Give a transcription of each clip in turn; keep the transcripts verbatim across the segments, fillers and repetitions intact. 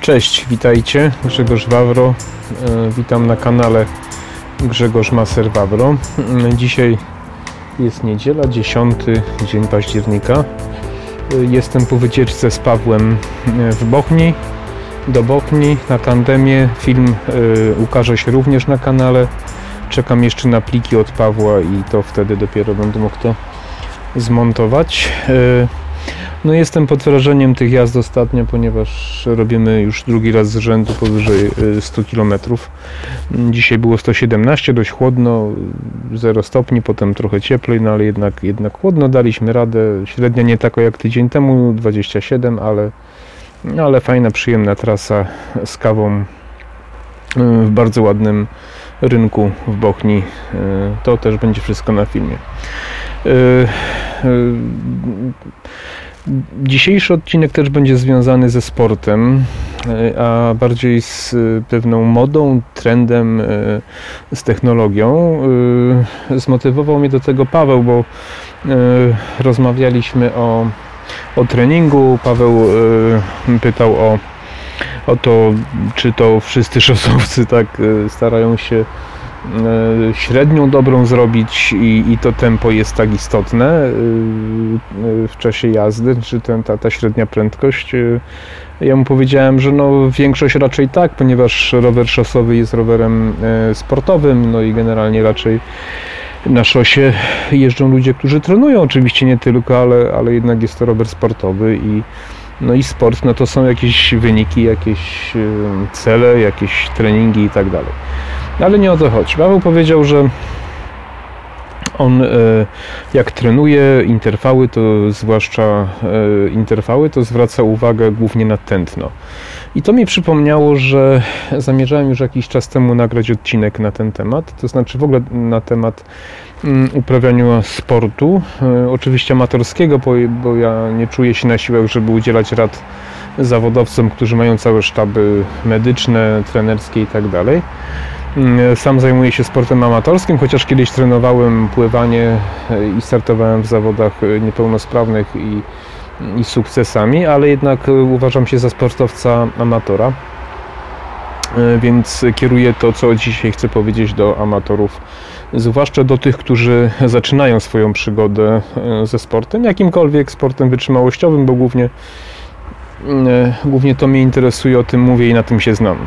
Cześć, witajcie, Grzegorz Wawro, witam na kanale Grzegorz Maser Wawro. Dzisiaj jest niedziela, dziesiąty dzień października. Jestem po wycieczce z Pawłem w Bochni, do Bochni na tandemie. Film ukaże się również na kanale. Czekam jeszcze na pliki od Pawła i to wtedy dopiero będę mógł to zmontować. No jestem pod wrażeniem tych jazd ostatnio, ponieważ robimy już drugi raz z rzędu powyżej stu kilometrów. Dzisiaj było sto siedemnaście, dość chłodno, zero stopni, potem trochę cieplej, no ale jednak, jednak chłodno, daliśmy radę. Średnia nie taka jak tydzień temu, dwadzieścia siedem, ale, ale fajna, przyjemna trasa z kawą w bardzo ładnym rynku w Bochni. To też będzie wszystko na filmie. Dzisiejszy odcinek też będzie związany ze sportem, a bardziej z pewną modą, trendem, z technologią. Zmotywował mnie do tego Paweł, bo rozmawialiśmy o, o treningu. Paweł pytał o, o to, czy to wszyscy szosowcy tak starają się średnią dobrą zrobić i, i to tempo jest tak istotne w czasie jazdy, czy ten, ta, ta średnia prędkość. Ja mu powiedziałem, że no większość raczej tak, ponieważ rower szosowy jest rowerem sportowym, no i generalnie raczej na szosie jeżdżą ludzie, którzy trenują, oczywiście nie tylko, ale, ale jednak jest to rower sportowy i no i sport, no to są jakieś wyniki, jakieś cele, jakieś treningi i tak dalej. Ale nie o to chodzi. Paweł powiedział, że on jak trenuje interwały, to zwłaszcza interwały, to zwraca uwagę głównie na tętno. I to mi przypomniało, że zamierzałem już jakiś czas temu nagrać odcinek na ten temat, to znaczy w ogóle na temat uprawiania sportu, oczywiście amatorskiego, bo, bo ja nie czuję się na siłach, żeby udzielać rad zawodowcom, którzy mają całe sztaby medyczne, trenerskie i tak dalej. Sam zajmuję się sportem amatorskim, chociaż kiedyś trenowałem pływanie i startowałem w zawodach niepełnosprawnych i, i z sukcesami, ale jednak uważam się za sportowca amatora, więc kieruję to, co dzisiaj chcę powiedzieć, do amatorów, zwłaszcza do tych, którzy zaczynają swoją przygodę ze sportem, jakimkolwiek sportem wytrzymałościowym, bo głównie, głównie to mnie interesuje, o tym mówię i na tym się znam.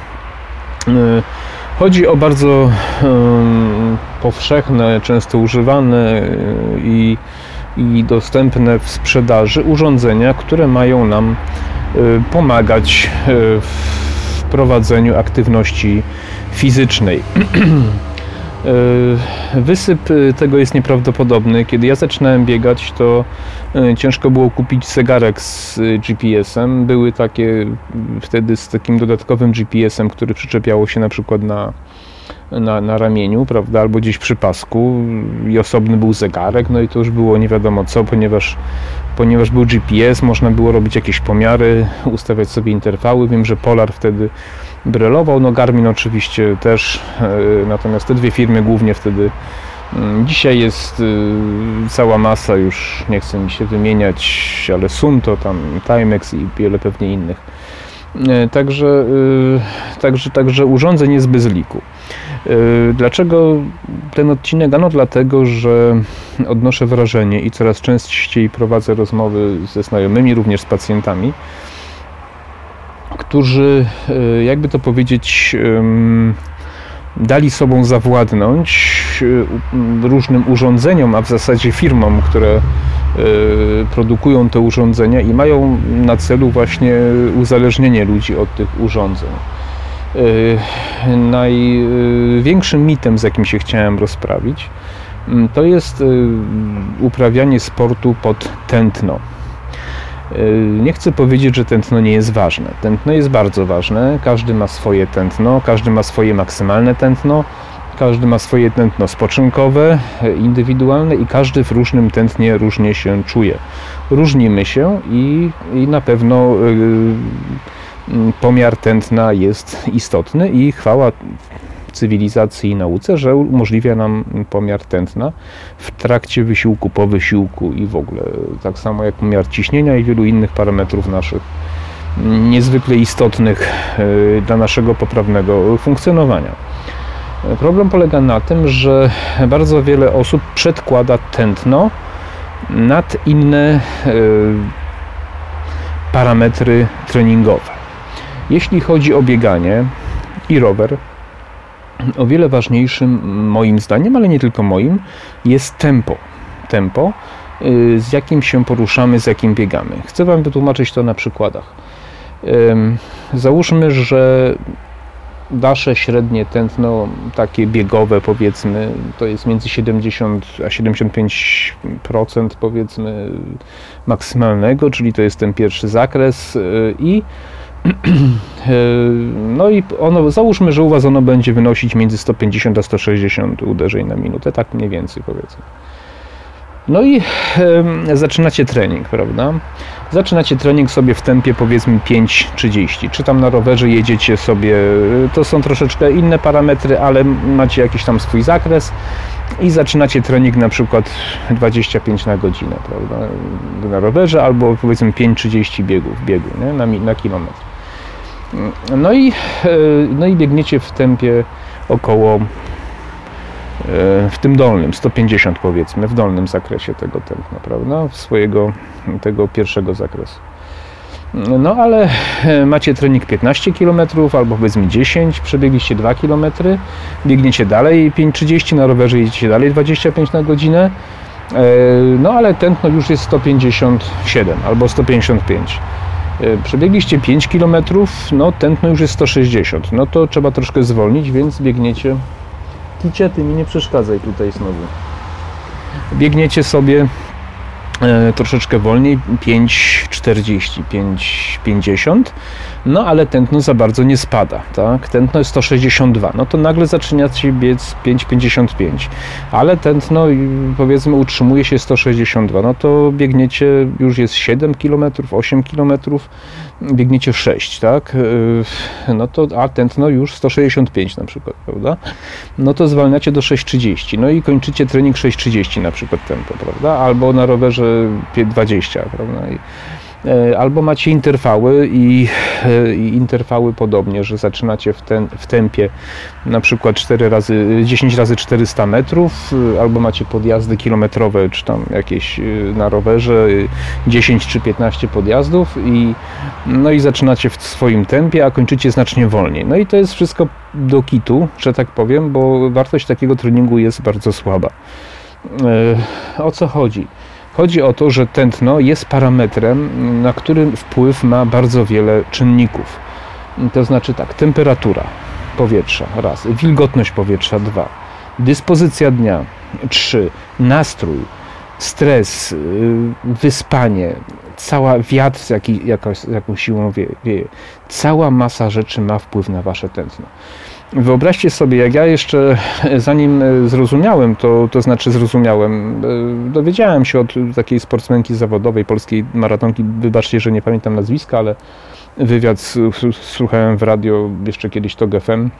Chodzi o bardzo um, powszechne, często używane i, i dostępne w sprzedaży urządzenia, które mają nam y, pomagać y, w prowadzeniu aktywności fizycznej. Wysyp tego jest nieprawdopodobny. Kiedy ja zaczynałem biegać, to ciężko było kupić zegarek z G P S-em. Były takie wtedy z takim dodatkowym G P S-em, który przyczepiało się na przykład na, na, na ramieniu, prawda, albo gdzieś przy pasku i osobny był zegarek, no i to już było nie wiadomo co, ponieważ, ponieważ był G P S, można było robić jakieś pomiary, ustawiać sobie interwały. Wiem, że Polar wtedy brylował, no Garmin oczywiście też, natomiast te dwie firmy głównie wtedy. Dzisiaj jest cała masa, już nie chcę mi się wymieniać, ale Sunto, tam Timex i wiele pewnie innych. Także, także, także urządzeń jest bez liku. Dlaczego ten odcinek? Ano dlatego, że odnoszę wrażenie i coraz częściej prowadzę rozmowy ze znajomymi, również z pacjentami, którzy, jakby to powiedzieć, dali sobą zawładnąć różnym urządzeniom, a w zasadzie firmom, które produkują te urządzenia i mają na celu właśnie uzależnienie ludzi od tych urządzeń. Największym mitem, z jakim się chciałem rozprawić, to jest uprawianie sportu pod tętno. Nie chcę powiedzieć, że tętno nie jest ważne. Tętno jest bardzo ważne. Każdy ma swoje tętno, każdy ma swoje maksymalne tętno, każdy ma swoje tętno spoczynkowe, indywidualne i każdy w różnym tętnie różnie się czuje. Różnimy się i, i na pewno yy, pomiar tętna jest istotny i chwała cywilizacji i nauce, że umożliwia nam pomiar tętna w trakcie wysiłku, po wysiłku i w ogóle tak samo jak pomiar ciśnienia i wielu innych parametrów naszych niezwykle istotnych dla naszego poprawnego funkcjonowania. Problem polega na tym, że bardzo wiele osób przedkłada tętno nad inne parametry treningowe. Jeśli chodzi o bieganie i rower, o wiele ważniejszym moim zdaniem, ale nie tylko moim, jest tempo. Tempo, z jakim się poruszamy, z jakim biegamy. Chcę Wam wytłumaczyć to na przykładach. Załóżmy, że wasze średnie tętno, takie biegowe powiedzmy, to jest między siedemdziesiąt a siedemdziesiąt pięć procent powiedzmy maksymalnego, czyli to jest ten pierwszy zakres i no i ono, załóżmy, że u Was ono będzie wynosić między sto pięćdziesiąt a sto sześćdziesiąt uderzeń na minutę, tak mniej więcej powiedzmy. No i e, zaczynacie trening, prawda? Zaczynacie trening sobie w tempie powiedzmy pięć trzydzieści, czy tam na rowerze jedziecie sobie, to są troszeczkę inne parametry, ale macie jakiś tam swój zakres i zaczynacie trening na przykład dwadzieścia pięć na godzinę, prawda? Na rowerze albo powiedzmy pięć trzydzieści biegów, biegu, nie? Na, na kilometr. No i, no i biegniecie w tempie około, w tym dolnym, sto pięćdziesiąt powiedzmy, w dolnym zakresie tego tętna, prawda? Swojego tego pierwszego zakresu. No ale macie trening piętnaście kilometrów albo powiedzmy dziesięć, przebiegliście dwa kilometry, biegniecie dalej pięć trzydzieści, na rowerze jedziecie dalej dwadzieścia pięć na godzinę, no ale tętno już jest sto pięćdziesiąt siedem albo sto pięćdziesiąt pięć. Przebiegliście pięć kilometrów, no tętno już jest sto sześćdziesiąt, no to trzeba troszkę zwolnić, więc biegniecie. Kicie, ty mi nie przeszkadzaj tutaj znowu. Biegniecie sobie e, troszeczkę wolniej, pięć czterdzieści, pięć pięćdziesiąt, no ale tętno za bardzo nie spada, tak? Tętno jest sto sześćdziesiąt dwa, no to nagle zaczynacie biec pięć pięćdziesiąt pięć, ale tętno powiedzmy utrzymuje się sto sześćdziesiąt dwa, no to biegniecie, już jest siedem kilometrów, osiem kilometrów, biegniecie sześć, tak? No to, a tętno już sto sześćdziesiąt pięć na przykład, prawda? No to zwalniacie do sześć trzydzieści, no i kończycie trening sześć trzydzieści na przykład tempo, prawda? Albo na rowerze dwadzieścia, prawda? I, albo macie interwały i, i interwały podobnie, że zaczynacie w, ten, w tempie na przykład cztery razy, dziesięć razy czterysta metrów, albo macie podjazdy kilometrowe, czy tam jakieś na rowerze, dziesięć czy piętnaście podjazdów i, no i zaczynacie w swoim tempie, a kończycie znacznie wolniej. No i to jest wszystko do kitu, że tak powiem, bo wartość takiego treningu jest bardzo słaba. O co chodzi? Chodzi o to, że tętno jest parametrem, na którym wpływ ma bardzo wiele czynników. To znaczy tak, temperatura powietrza, raz, wilgotność powietrza, dwa, dyspozycja dnia, trzy, nastrój, stres, wyspanie, cała wiatr, jaki, jakaś, jaką siłą wieje, wieje. Cała masa rzeczy ma wpływ na wasze tętno. Wyobraźcie sobie, jak ja jeszcze, zanim zrozumiałem, to, to znaczy zrozumiałem, dowiedziałem się od takiej sportsmenki zawodowej, polskiej maratonki, wybaczcie, że nie pamiętam nazwiska, ale wywiad słuchałem w radio, jeszcze kiedyś TOG F M,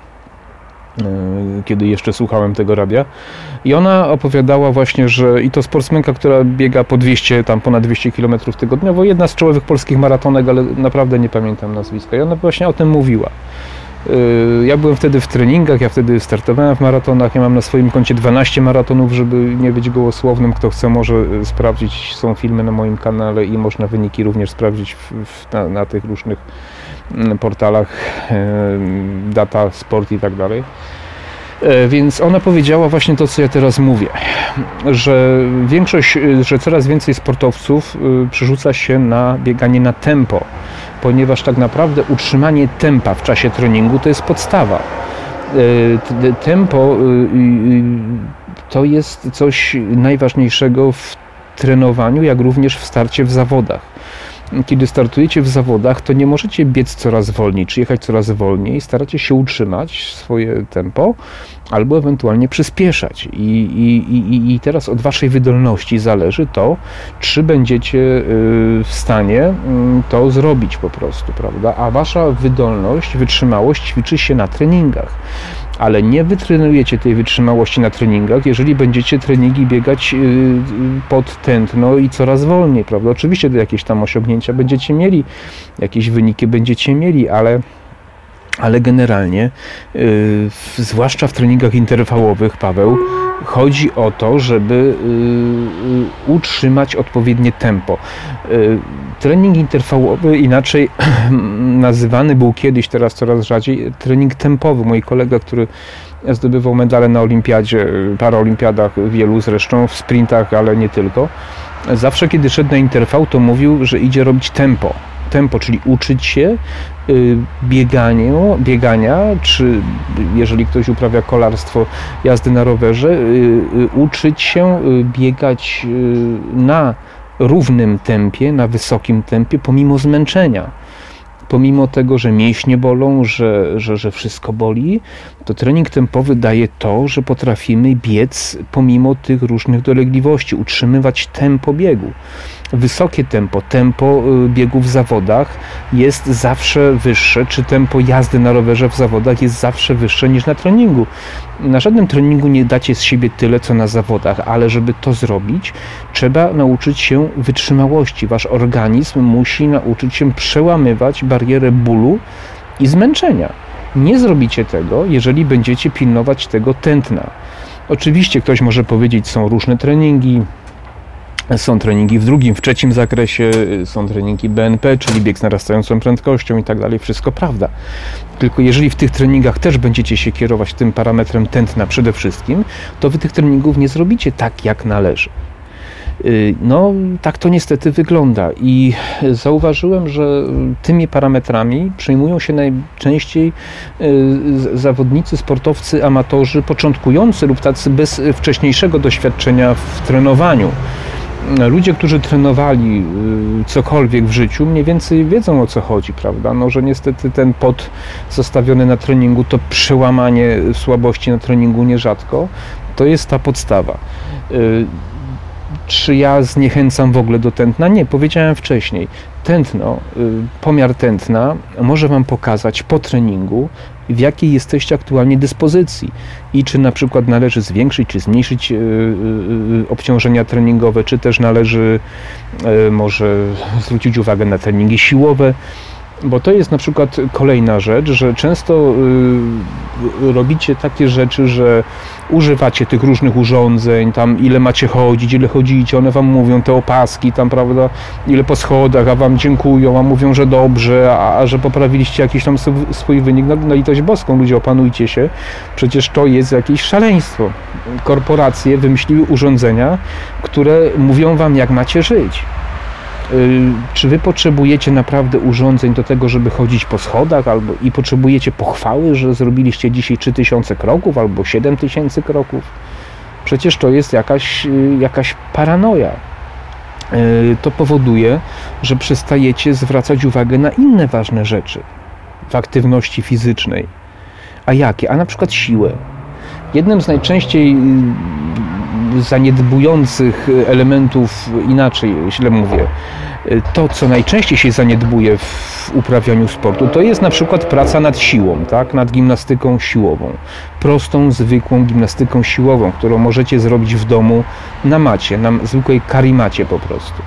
kiedy jeszcze słuchałem tego radia i ona opowiadała właśnie, że i to sportsmenka, która biega po dwieście, tam ponad dwieście kilometrów tygodniowo, jedna z czołowych polskich maratonek, ale naprawdę nie pamiętam nazwiska i ona właśnie o tym mówiła. Ja byłem wtedy w treningach, ja wtedy startowałem w maratonach, ja mam na swoim koncie dwanaście maratonów, żeby nie być gołosłownym, kto chce może sprawdzić, są filmy na moim kanale i można wyniki również sprawdzić w, w, na, na tych różnych portalach, data, sport i tak dalej. Więc ona powiedziała właśnie to, co ja teraz mówię, że większość, że coraz więcej sportowców przerzuca się na bieganie na tempo, ponieważ tak naprawdę utrzymanie tempa w czasie treningu to jest podstawa. Tempo to jest coś najważniejszego w trenowaniu, jak również w starcie w zawodach. Kiedy startujecie w zawodach, to nie możecie biec coraz wolniej, czy jechać coraz wolniej, staracie się utrzymać swoje tempo, albo ewentualnie przyspieszać. I, i, i, i teraz od waszej wydolności zależy to, czy będziecie w stanie to zrobić po prostu, prawda? A wasza wydolność, wytrzymałość ćwiczy się na treningach. Ale nie wytrenujecie tej wytrzymałości na treningach, jeżeli będziecie treningi biegać pod tętno i coraz wolniej, prawda? Oczywiście jakieś tam osiągnięcia będziecie mieli, jakieś wyniki będziecie mieli, ale ale generalnie, yy, zwłaszcza w treningach interwałowych, Paweł, chodzi o to, żeby yy, utrzymać odpowiednie tempo. Yy, trening interwałowy, inaczej nazywany był kiedyś, teraz coraz rzadziej, trening tempowy. Mój kolega, który zdobywał medale na olimpiadzie, paraolimpiadach, wielu zresztą, w sprintach, ale nie tylko, zawsze kiedy szedł na interwał, to mówił, że idzie robić tempo. Tempo, czyli uczyć się y, bieganiu, biegania, czy jeżeli ktoś uprawia kolarstwo, jazdy na rowerze, y, y, uczyć się y, biegać y, na równym tempie, na wysokim tempie, pomimo zmęczenia. Pomimo tego, że mięśnie bolą, że, że, że wszystko boli, to trening tempowy daje to, że potrafimy biec pomimo tych różnych dolegliwości, utrzymywać tempo biegu. Wysokie tempo, tempo biegu w zawodach jest zawsze wyższe, czy tempo jazdy na rowerze w zawodach jest zawsze wyższe niż na treningu. Na żadnym treningu nie dacie z siebie tyle, co na zawodach, ale żeby to zrobić, trzeba nauczyć się wytrzymałości. Wasz organizm musi nauczyć się przełamywać barierę bólu i zmęczenia. Nie zrobicie tego, jeżeli będziecie pilnować tego tętna. Oczywiście ktoś może powiedzieć, są różne treningi, są treningi w drugim, w trzecim zakresie, są treningi B N P, czyli bieg z narastającą prędkością i tak dalej, wszystko prawda. Tylko jeżeli w tych treningach też będziecie się kierować tym parametrem tętna przede wszystkim, to wy tych treningów nie zrobicie tak, jak należy. No, tak to niestety wygląda i zauważyłem, że tymi parametrami przejmują się najczęściej zawodnicy, sportowcy, amatorzy, początkujący lub tacy bez wcześniejszego doświadczenia w trenowaniu. Ludzie, którzy trenowali cokolwiek w życiu, mniej więcej wiedzą, o co chodzi, prawda? No, że niestety ten pot zostawiony na treningu, to przełamanie słabości na treningu nierzadko, to jest ta podstawa. Czy ja zniechęcam w ogóle do tętna? Nie, powiedziałem wcześniej. Tętno, pomiar tętna może wam pokazać po treningu, w jakiej jesteście aktualnie dyspozycji i czy na przykład należy zwiększyć, czy zmniejszyć obciążenia treningowe, czy też należy może zwrócić uwagę na treningi siłowe. Bo to jest na przykład kolejna rzecz, że często y, robicie takie rzeczy, że używacie tych różnych urządzeń, tam ile macie chodzić, ile chodzicie, one wam mówią, te opaski tam, prawda, ile po schodach, a wam dziękują, a mówią, że dobrze, a, a że poprawiliście jakiś tam swój wynik. Na, na litość boską, ludzie, opanujcie się, przecież to jest jakieś szaleństwo. Korporacje wymyśliły urządzenia, które mówią wam, jak macie żyć. Czy wy potrzebujecie naprawdę urządzeń do tego, żeby chodzić po schodach, albo i potrzebujecie pochwały, że zrobiliście dzisiaj trzy tysiące kroków albo siedem tysięcy kroków? Przecież to jest jakaś, jakaś paranoja. To powoduje, że przestajecie zwracać uwagę na inne ważne rzeczy w aktywności fizycznej. A jakie? A na przykład siłę. Jednym z najczęściej zaniedbujących elementów, inaczej źle mówię, to co najczęściej się zaniedbuje w uprawianiu sportu, to jest na przykład praca nad siłą, tak? Nad gimnastyką siłową. Prostą, zwykłą gimnastyką siłową, którą możecie zrobić w domu na macie, na zwykłej karimacie po prostu.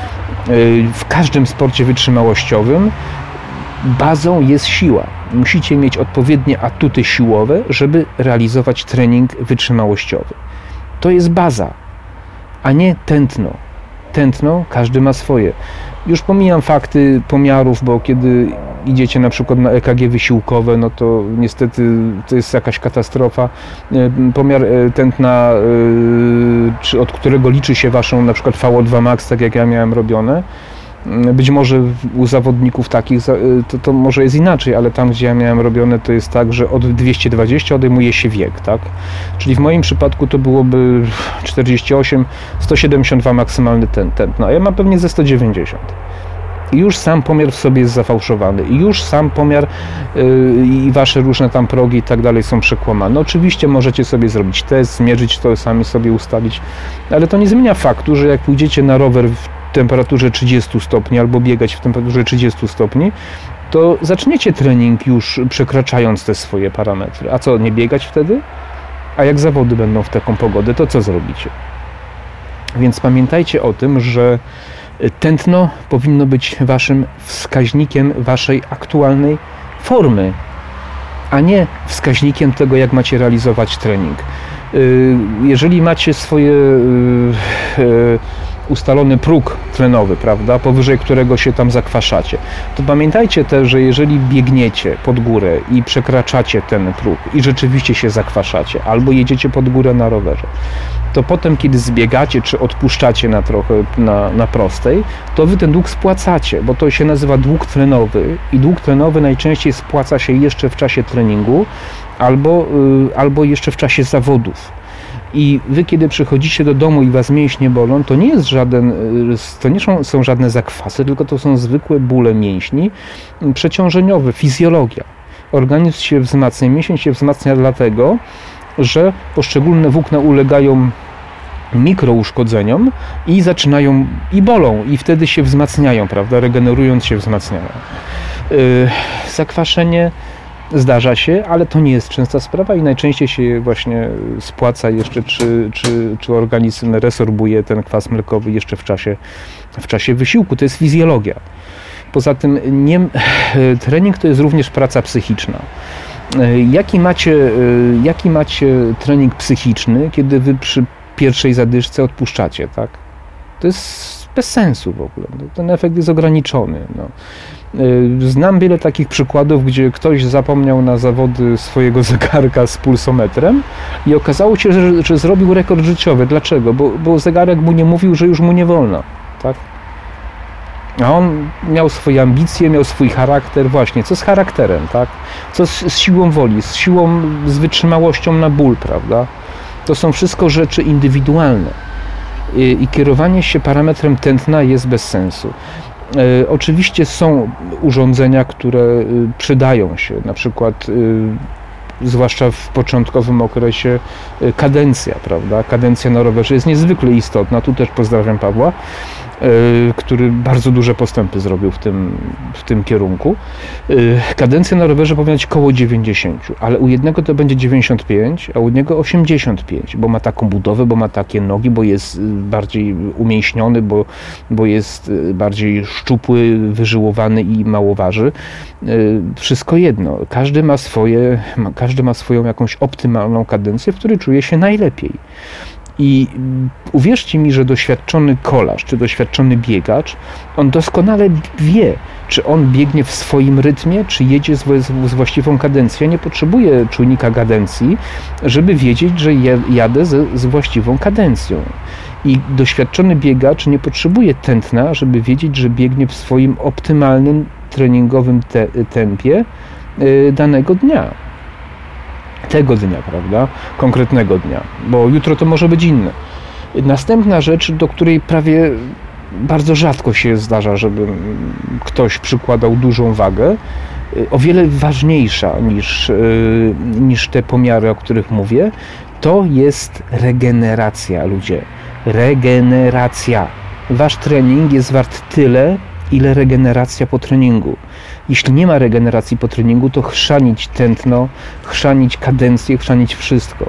W każdym sporcie wytrzymałościowym bazą jest siła. Musicie mieć odpowiednie atuty siłowe, żeby realizować trening wytrzymałościowy. To jest baza, a nie tętno. Tętno, każdy ma swoje. Już pomijam fakty pomiarów, bo kiedy idziecie na przykład na E K G wysiłkowe, no to niestety to jest jakaś katastrofa. Pomiar tętna, czy od którego liczy się waszą na przykład V O dwa max, tak jak ja miałem robione, być może u zawodników takich to, to może jest inaczej, ale tam, gdzie ja miałem robione, to jest tak, że od dwieście dwadzieścia odejmuje się wiek, tak? Czyli w moim przypadku to byłoby czterdzieści osiem, sto siedemdziesiąt dwa maksymalny tętno, a ja mam pewnie ze sto dziewięćdziesiąt. I już sam pomiar w sobie jest zafałszowany. I już sam pomiar yy, i wasze różne tam progi i tak dalej są przekłamane. Oczywiście możecie sobie zrobić test, zmierzyć to, sami sobie ustalić, ale to nie zmienia faktu, że jak pójdziecie na rower w temperaturze trzydziestu stopni albo biegać w temperaturze trzydziestu stopni, to zaczniecie trening już przekraczając te swoje parametry. A co, nie biegać wtedy? A jak zawody będą w taką pogodę, to co zrobicie? Więc pamiętajcie o tym, że tętno powinno być waszym wskaźnikiem waszej aktualnej formy, a nie wskaźnikiem tego, jak macie realizować trening. Jeżeli macie swoje ustalony próg tlenowy, prawda, powyżej którego się tam zakwaszacie, to pamiętajcie też, że jeżeli biegniecie pod górę i przekraczacie ten próg i rzeczywiście się zakwaszacie, albo jedziecie pod górę na rowerze, to potem, kiedy zbiegacie czy odpuszczacie na trochę na, na prostej, to wy ten dług spłacacie, bo to się nazywa dług tlenowy i dług tlenowy najczęściej spłaca się jeszcze w czasie treningu albo, yy, albo jeszcze w czasie zawodów. I wy, kiedy przychodzicie do domu i was mięśnie bolą, to nie jest żaden, to nie są, są żadne zakwasy, tylko to są zwykłe bóle mięśni przeciążeniowe, fizjologia. Organizm się wzmacnia, mięsień się wzmacnia dlatego, że poszczególne włókna ulegają mikrouszkodzeniom i zaczynają, i bolą, i wtedy się wzmacniają, prawda, regenerując się wzmacniają. Yy, zakwaszenie zdarza się, ale to nie jest częsta sprawa i najczęściej się właśnie spłaca jeszcze, czy, czy, czy organizm resorbuje ten kwas mlekowy jeszcze w czasie, w czasie wysiłku. To jest fizjologia. Poza tym nie, trening to jest również praca psychiczna. Jaki macie, jaki macie trening psychiczny, kiedy wy przy pierwszej zadyszce odpuszczacie, tak? To jest bez sensu w ogóle. Ten efekt jest ograniczony. No. Znam wiele takich przykładów, gdzie ktoś zapomniał na zawody swojego zegarka z pulsometrem i okazało się, że, że zrobił rekord życiowy. Dlaczego? Bo, bo zegarek mu nie mówił, że już mu nie wolno, tak? A on miał swoje ambicje, miał swój charakter. Właśnie, co z charakterem, tak? Co z, z siłą woli, z siłą, z wytrzymałością na ból, prawda? To są wszystko rzeczy indywidualne. I, i kierowanie się parametrem tętna jest bez sensu. E, oczywiście są urządzenia, które y, przydają się, na przykład y, zwłaszcza w początkowym okresie y, kadencja, prawda? Kadencja na rowerze jest niezwykle istotna. Tu też pozdrawiam Pawła, y, który bardzo duże postępy zrobił w tym, w tym kierunku. Y, kadencja na rowerze powinna być koło dziewięćdziesiąt, ale u jednego to będzie dziewięćdziesiąt pięć, a u niego osiemdziesiąt pięć, bo ma taką budowę, bo ma takie nogi, bo jest bardziej umięśniony, bo, bo jest bardziej szczupły, wyżyłowany i mało waży. Y, wszystko jedno. Każdy ma swoje, ma, każdy ma swoją jakąś optymalną kadencję, w której czuje się najlepiej. I uwierzcie mi, że doświadczony kolarz czy doświadczony biegacz, on doskonale wie, czy on biegnie w swoim rytmie, czy jedzie z, z właściwą kadencją. Ja nie potrzebuję czujnika kadencji, żeby wiedzieć, że jadę z, z właściwą kadencją. I doświadczony biegacz nie potrzebuje tętna, żeby wiedzieć, że biegnie w swoim optymalnym treningowym te, tempie yy, danego dnia. Tego dnia, prawda? Konkretnego dnia, bo jutro to może być inne. Następna rzecz, do której prawie bardzo rzadko się zdarza, żeby ktoś przykładał dużą wagę, o wiele ważniejsza niż, niż te pomiary, o których mówię, to jest regeneracja, ludzie. Regeneracja. Wasz trening jest wart tyle, ile regeneracja po treningu. Jeśli nie ma regeneracji po treningu, to chrzanić tętno, chrzanić kadencję, chrzanić wszystko.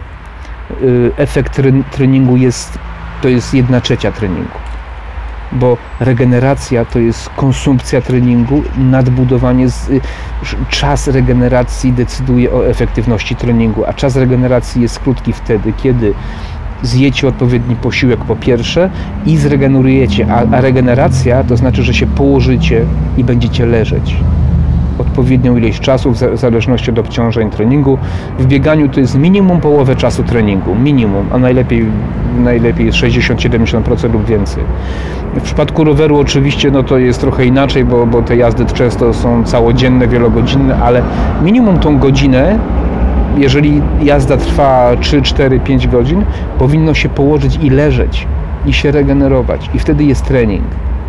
Efekt treningu jest, to jest jedna trzecia treningu. Bo regeneracja to jest konsumpcja treningu, nadbudowanie, z, czas regeneracji decyduje o efektywności treningu, a czas regeneracji jest krótki wtedy, kiedy zjecie odpowiedni posiłek po pierwsze i zregenerujecie, a, a regeneracja to znaczy, że się położycie i będziecie leżeć odpowiednią ilość czasu w zależności od obciążeń treningu. W bieganiu to jest minimum połowę czasu treningu, minimum, a najlepiej, najlepiej sześćdziesiąt do siedemdziesięciu procent lub więcej. W przypadku roweru oczywiście no to jest trochę inaczej, bo, bo te jazdy często są całodzienne, wielogodzinne, ale minimum tą godzinę, jeżeli jazda trwa trzy, cztery, pięć godzin, powinno się położyć i leżeć i się regenerować i wtedy jest trening.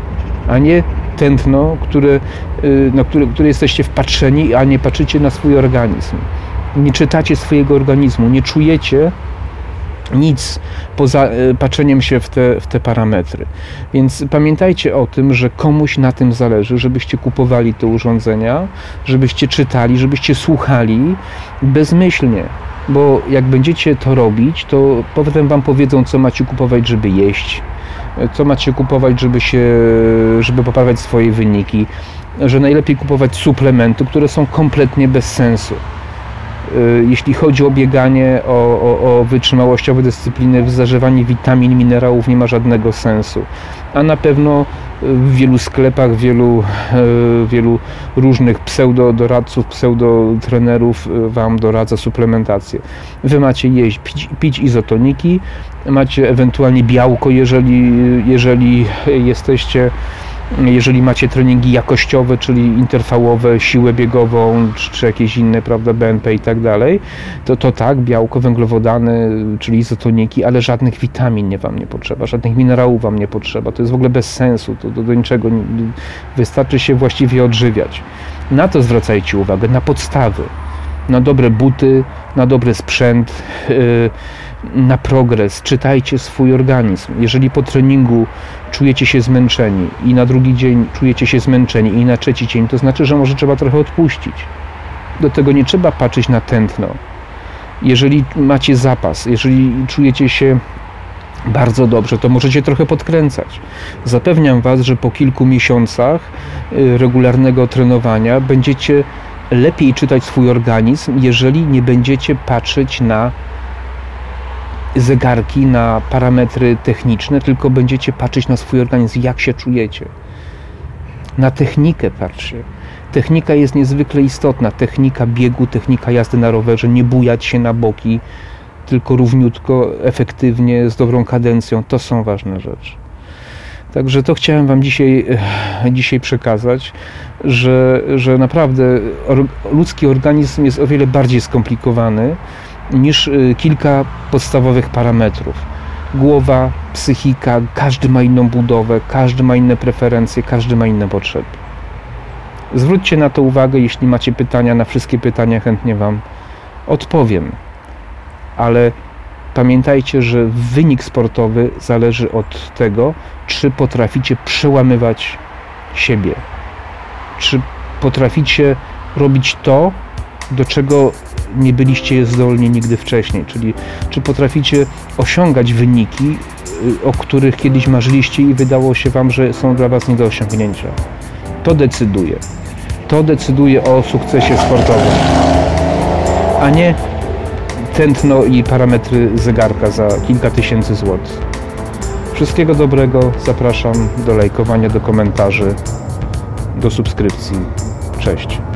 a nie tętno, które, na które, które jesteście wpatrzeni, a nie patrzycie na swój organizm. Nie czytacie swojego organizmu, nie czujecie nic poza patrzeniem się w te, w te parametry. Więc pamiętajcie o tym, że komuś na tym zależy, żebyście kupowali te urządzenia, żebyście czytali, żebyście słuchali bezmyślnie. Bo jak będziecie to robić, to potem wam powiedzą, co macie kupować, żeby jeść, co macie kupować, żeby się, żeby poprawiać swoje wyniki, że najlepiej kupować suplementy, które są kompletnie bez sensu. Jeśli chodzi o bieganie, o, o, o wytrzymałościowe dyscypliny, zażywanie witamin, minerałów nie ma żadnego sensu. A na pewno w wielu sklepach, wielu, wielu różnych pseudodoradców, pseudotrenerów wam doradza suplementację. Wy macie jeść, pić, pić izotoniki, macie ewentualnie białko, jeżeli, jeżeli jesteście Jeżeli macie treningi jakościowe, czyli interwałowe, siłę biegową, czy, czy jakieś inne, prawda, B N P i tak dalej, to, to tak, białko, węglowodany, czyli izotoniki, ale żadnych witamin nie wam nie potrzeba, żadnych minerałów wam nie potrzeba. To jest w ogóle bez sensu, to do, do niczego nie, wystarczy się właściwie odżywiać. Na to zwracajcie uwagę, na podstawy, na dobre buty, na dobry sprzęt, yy, na progres. Czytajcie swój organizm. Jeżeli po treningu czujecie się zmęczeni i na drugi dzień czujecie się zmęczeni i na trzeci dzień, to znaczy, że może trzeba trochę odpuścić. Do tego nie trzeba patrzeć na tętno. Jeżeli macie zapas, jeżeli czujecie się bardzo dobrze, to możecie trochę podkręcać. Zapewniam was, że po kilku miesiącach regularnego trenowania będziecie lepiej czytać swój organizm, jeżeli nie będziecie patrzeć na zegarki, na parametry techniczne, tylko będziecie patrzeć na swój organizm, jak się czujecie. Na technikę patrzcie. Technika jest niezwykle istotna. Technika biegu, technika jazdy na rowerze, nie bujać się na boki, tylko równiutko, efektywnie, z dobrą kadencją. To są ważne rzeczy. Także to chciałem wam dzisiaj, dzisiaj przekazać, że, że naprawdę or, ludzki organizm jest o wiele bardziej skomplikowany niż kilka podstawowych parametrów. Głowa, psychika, każdy ma inną budowę, każdy ma inne preferencje, każdy ma inne potrzeby. Zwróćcie na to uwagę, jeśli macie pytania, na wszystkie pytania chętnie wam odpowiem. Ale pamiętajcie, że wynik sportowy zależy od tego, czy potraficie przełamywać siebie. Czy potraficie robić to, do czego nie byliście zdolni nigdy wcześniej, czyli czy potraficie osiągać wyniki, o których kiedyś marzyliście i wydało się wam, że są dla was nie do osiągnięcia. To decyduje. To decyduje o sukcesie sportowym, a nie tętno i parametry zegarka za kilka tysięcy złotych. Wszystkiego dobrego, zapraszam do lajkowania, do komentarzy, do subskrypcji. Cześć.